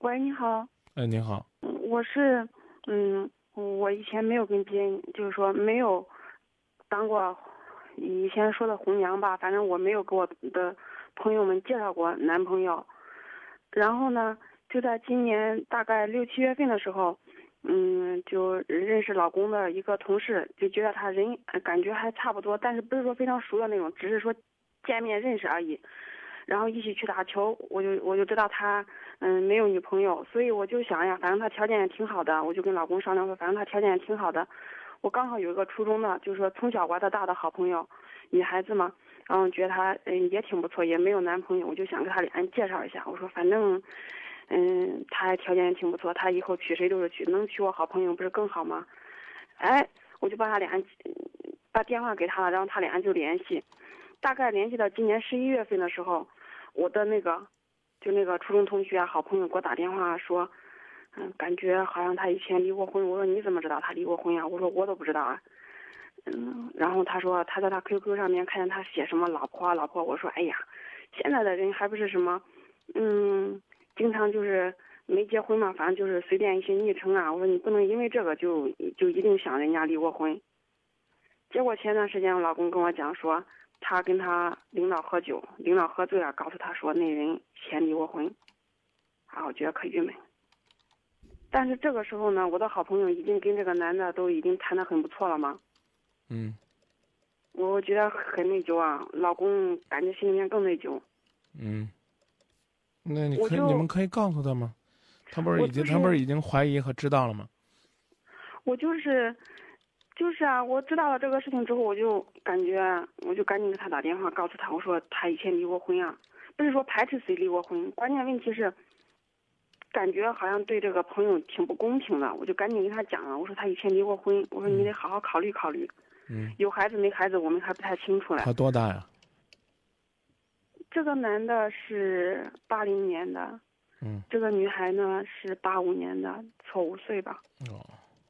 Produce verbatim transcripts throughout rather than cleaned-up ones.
喂，你好。 哎，你好。 嗯我是，嗯，我以前没有跟别人，就是说没有当过以前说的红娘吧，反正我没有给我的朋友们介绍过男朋友。然后呢，就在今年大概六七月份的时候，嗯，就认识老公的一个同事，就觉得他人呃感觉还差不多，但是不是说非常熟的那种，只是说见面认识而已。然后一起去打球，我就我就知道他嗯没有女朋友，所以我就想呀，反正他条件也挺好的，我就跟老公商量说，反正他条件也挺好的，我刚好有一个初中的，就是说从小玩到大的好朋友，女孩子嘛，然后觉得她嗯也挺不错，也没有男朋友，我就想给他俩人介绍一下，我说反正嗯他还条件也挺不错，他以后娶谁都是娶，能娶我好朋友不是更好吗？哎，我就把他俩人把电话给他了，然后他俩人就联系。大概联系到今年十一月份的时候，我的那个就那个初中同学啊，好朋友给我打电话说，嗯，感觉好像他以前离过婚。我说你怎么知道他离过婚呀？我说我都不知道啊。嗯，然后他说他在他 Q Q 上面看见他写什么老婆啊老婆，我说哎呀，现在的人还不是什么，嗯，经常就是没结婚嘛，反正就是随便一些昵称啊。我说你不能因为这个就就一定想人家离过婚。结果前段时间我老公跟我讲说，他跟他领导喝酒，领导喝醉了，告诉他说那人先离过婚，啊，我觉得可郁闷。但是这个时候呢，我的好朋友已经跟这个男的都已经谈得很不错了嘛， 嗯我觉得很内疚啊，老公感觉心里面更内疚。 嗯，那你可以，你我就们可以告诉他吗？他不是已经， 我就是他不是已经怀疑和知道了吗？ 我就是就是啊，我知道了这个事情之后，我就感觉我就赶紧给他打电话，告诉他我说他以前离过婚啊，不是说排斥谁离过婚，关键问题是。感觉好像对这个朋友挺不公平的，我就赶紧跟他讲了。我说他以前离过婚，我说你得好好考虑考虑。 嗯， 有孩子没孩子我们还不太清楚嘞。 他多大呀？ 这个男的是八零年的， 嗯， 这个女孩呢是八五年的，错五岁吧。 哦，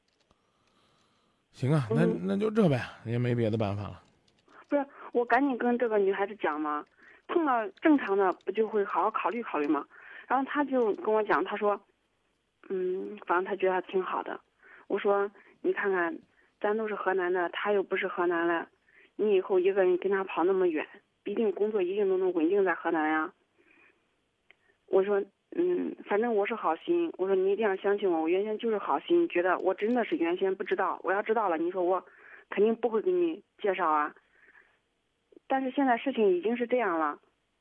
行啊，那嗯， 那就这呗，也没别的办法了。 不是，我赶紧跟这个女孩子讲嘛，碰到正常的不就会好好考虑考虑吗？然后他就跟我讲，他说，嗯，反正他觉得挺好的。我说，你看看，咱都是河南的，他又不是河南的，你以后一个人跟他跑那么远，必定工作一定都能稳定在河南呀。我说，嗯，反正我是好心，我说你一定要相信我，我原先就是好心，觉得我真的是原先不知道，我要知道了，你说我肯定不会给你介绍啊。但是现在事情已经是这样了。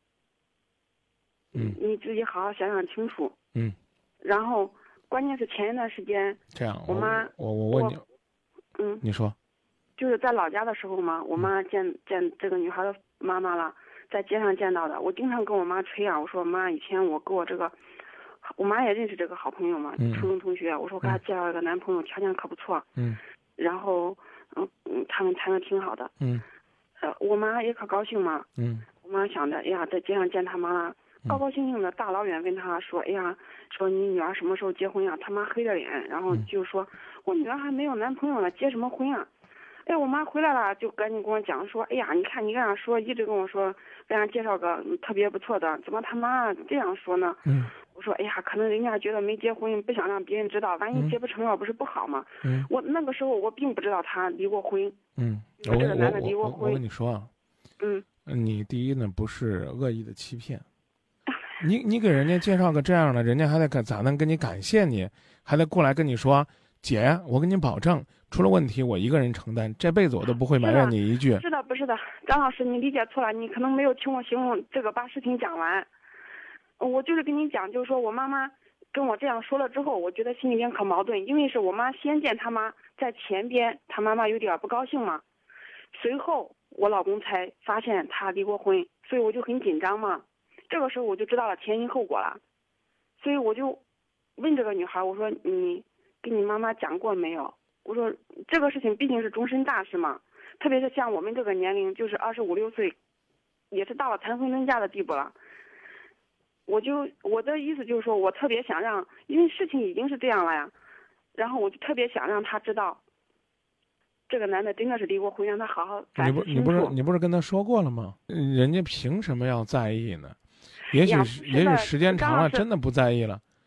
嗯你自己好好想想清楚。 嗯， 然后，关键是前一段时间， 这样， 我妈， 我我我问你， 嗯， 你说， 就是在老家的时候嘛，我妈见见这个女孩的妈妈了，在街上见到的。我经常跟我妈吹啊，我说妈，以前我给我这个，我妈也认识这个好朋友嘛， 嗯初中同学，我说我给她介绍一个男朋友，条件可不错， 嗯然后，嗯嗯，他们谈的挺好的， 嗯呃，我妈也可高兴嘛， 嗯我妈想着，哎呀，在街上见他妈了。高高兴兴的大老远问他说：“哎呀，说你女儿什么时候结婚呀？”他妈黑着脸，然后就说：“我女儿还没有男朋友呢，结什么婚啊？”哎，我妈回来了，就赶紧跟我讲说：“哎呀，你看你跟俺说，一直跟我说，给俺介绍个特别不错的，怎么他妈这样说呢？” 嗯我说：“哎呀，可能人家觉得没结婚，不想让别人知道，万一结不成了，不是不好吗？” 嗯我那个时候我并不知道他离过婚， 嗯， 这我我个男的离我我我过婚。 跟你说啊， 嗯， 你第一呢不是恶意的欺骗。你你给人家介绍个这样的，人家还得咋能跟你感谢你，还得过来跟你说，姐，我给你保证，出了问题我一个人承担，这辈子我都不会埋怨你一句。 是的，不是的，张老师，你理解错了，你可能没有听我形容这个把事情讲完。我就是跟你讲，就是说我妈妈跟我这样说了之后，我觉得心里面可矛盾，因为是我妈先见他妈，在前边，他妈妈有点不高兴嘛，随后我老公才发现他离过婚，所以我就很紧张嘛。这个时候我就知道了前因后果了，所以我就问这个女孩，我说你跟你妈妈讲过没有？我说这个事情毕竟是终身大事嘛，特别是像我们这个年龄，就是二十五六岁，也是到了谈婚论嫁的地步了。我就我的意思就是说，我特别想让，因为事情已经是这样了呀，然后我就特别想让他知道，这个男的真的是离过婚，让他好好反你不你不是思清楚。 你不是跟他说过了吗？嗯人家凭什么要在意呢？也许呀是也许时间长了，真的不在意了。 他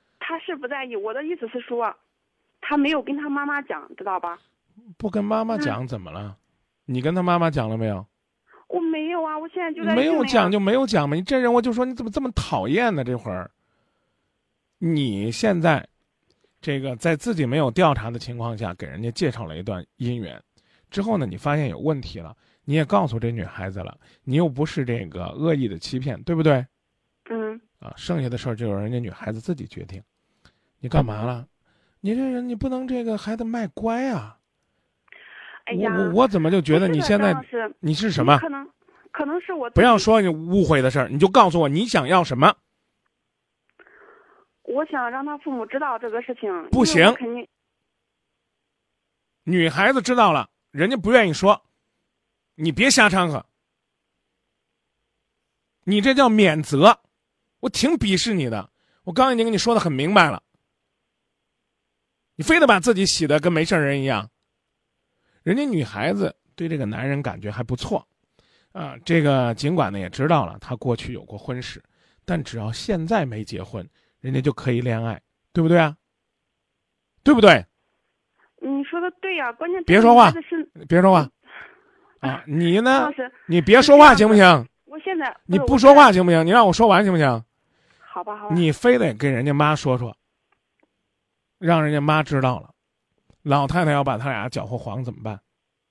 是不在意，我的意思是说，他没有跟他妈妈讲，知道吧？ 不跟妈妈讲怎么了？你跟他妈妈讲了没有？ 我没有啊，我现在就在没有讲就就没有讲嘛。你这人我就说你怎么这么讨厌呢？这会儿，你现在这个在自己没有调查的情况下给人家介绍了一段姻缘，之后呢，你发现有问题了，你也告诉这女孩子了，你又不是这个恶意的欺骗，对不对？ 嗯。 啊，剩下的事儿就由人家女孩子自己决定。你干嘛了？你这人你不能这个还得卖乖啊！ 哎呀， 我我我怎么就觉得你现在是你是什么？ 可能可能是我不要说你误会的事儿，你就告诉我你想要什么。 我想让他父母知道这个事情。 不行， 肯定。 女孩子知道了，人家不愿意说，你别瞎掺和。你这叫免责，我挺鄙视你的。我刚已经跟你说的很明白了，你非得把自己洗得跟没事人一样。人家女孩子对这个男人感觉还不错，啊，这个尽管呢也知道了他过去有过婚史，但只要现在没结婚，人家就可以恋爱，对不对啊？对不对？ 你说的对呀、啊，关键别说话，别说话，啊，你呢？你别说话行不行？ 我现在你不说话行不行？你让我说完行不行？ 好吧，好吧。 你非得跟人家妈说说，让人家妈知道了，老太太要把他俩搅和黄怎么办？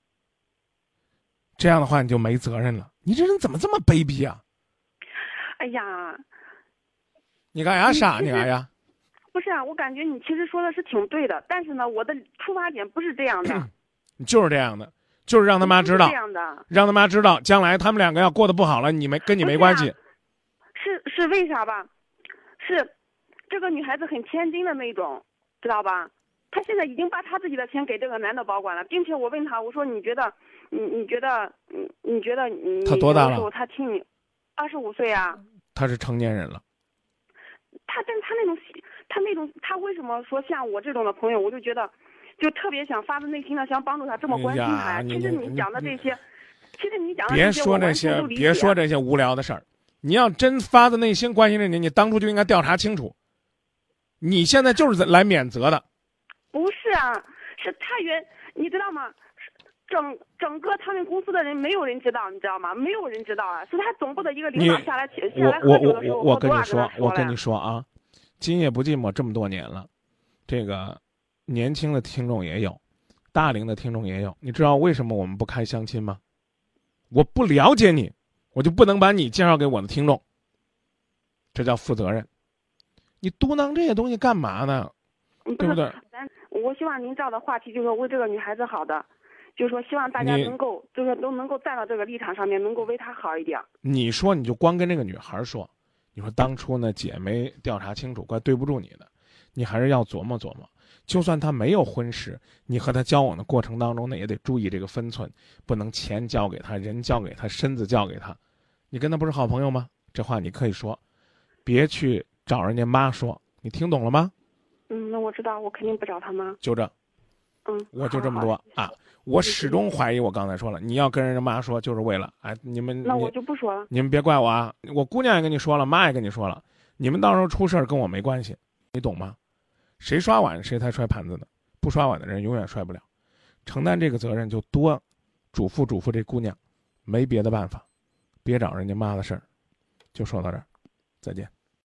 这样的话你就没责任了。你这人怎么这么卑鄙啊？ 哎呀， 你干啥傻？你干啥？ 不是啊，我感觉你其实说的是挺对的，但是呢，我的出发点不是这样的。 你就是这样的，就是让他妈知道， 这样的， 让他妈知道，将来他们两个要过得不好了，你没跟你没关系。 是、啊、是, 是为啥吧？是这个女孩子很天真的那种，知道吧？她现在已经把她自己的钱给这个男的保管了，并且我问她，我说你觉得，你你觉得，你你觉得你他多大了？ 他听你，二十五岁啊。 他是成年人了。 他但他那种，他那种，他为什么说像我这种的朋友，我就觉得，就特别想发自内心的想帮助他，这么关心他。 哎、 其实你讲的这些，其实你讲的别说这些，别说这些无聊的事儿。你要真发自内心关心着你，你当初就应该调查清楚。你现在就是来免责的。 不是啊，是他原，你知道吗？整整个他们公司的人没有人知道，你知道吗？没有人知道啊，是他总部的一个领导下来下来喝酒的时候， 我我我跟你说，我跟你说啊，今夜不寂寞这么多年了，这个年轻的听众也有，大龄的听众也有。你知道为什么我们不开相亲吗？我不了解你，我就不能把你介绍给我的听众，这叫负责任。你嘟囔这些东西干嘛呢？对不对？ 我希望您找的话题就是为这个女孩子好的，就是说希望大家能够，就是都能够站到这个立场上面，能够为她好一点。 你说你就光跟这个女孩说，你说当初呢姐没调查清楚，怪对不住你的，你还是要琢磨琢磨。就算她没有婚史，你和她交往的过程当中呢，也得注意这个分寸，不能钱交给她，人交给她，身子交给她。你跟她不是好朋友吗？这话你可以说，别去找人家妈说，你听懂了吗？ 嗯，那我知道，我肯定不找他妈。 就这， 嗯， 我就这么多啊！我始终怀疑，我刚才说了，你要跟人家妈说，就是为了哎，你们那我就不说了。 你们别怪我啊！我姑娘也跟你说了，妈也跟你说了，你们到时候出事儿跟我没关系，你懂吗？谁刷碗谁才摔盘子呢？不刷碗的人永远摔不了。承担这个责任就多嘱咐嘱咐这姑娘，没别的办法，别找人家妈的事儿。就说到这儿，再见。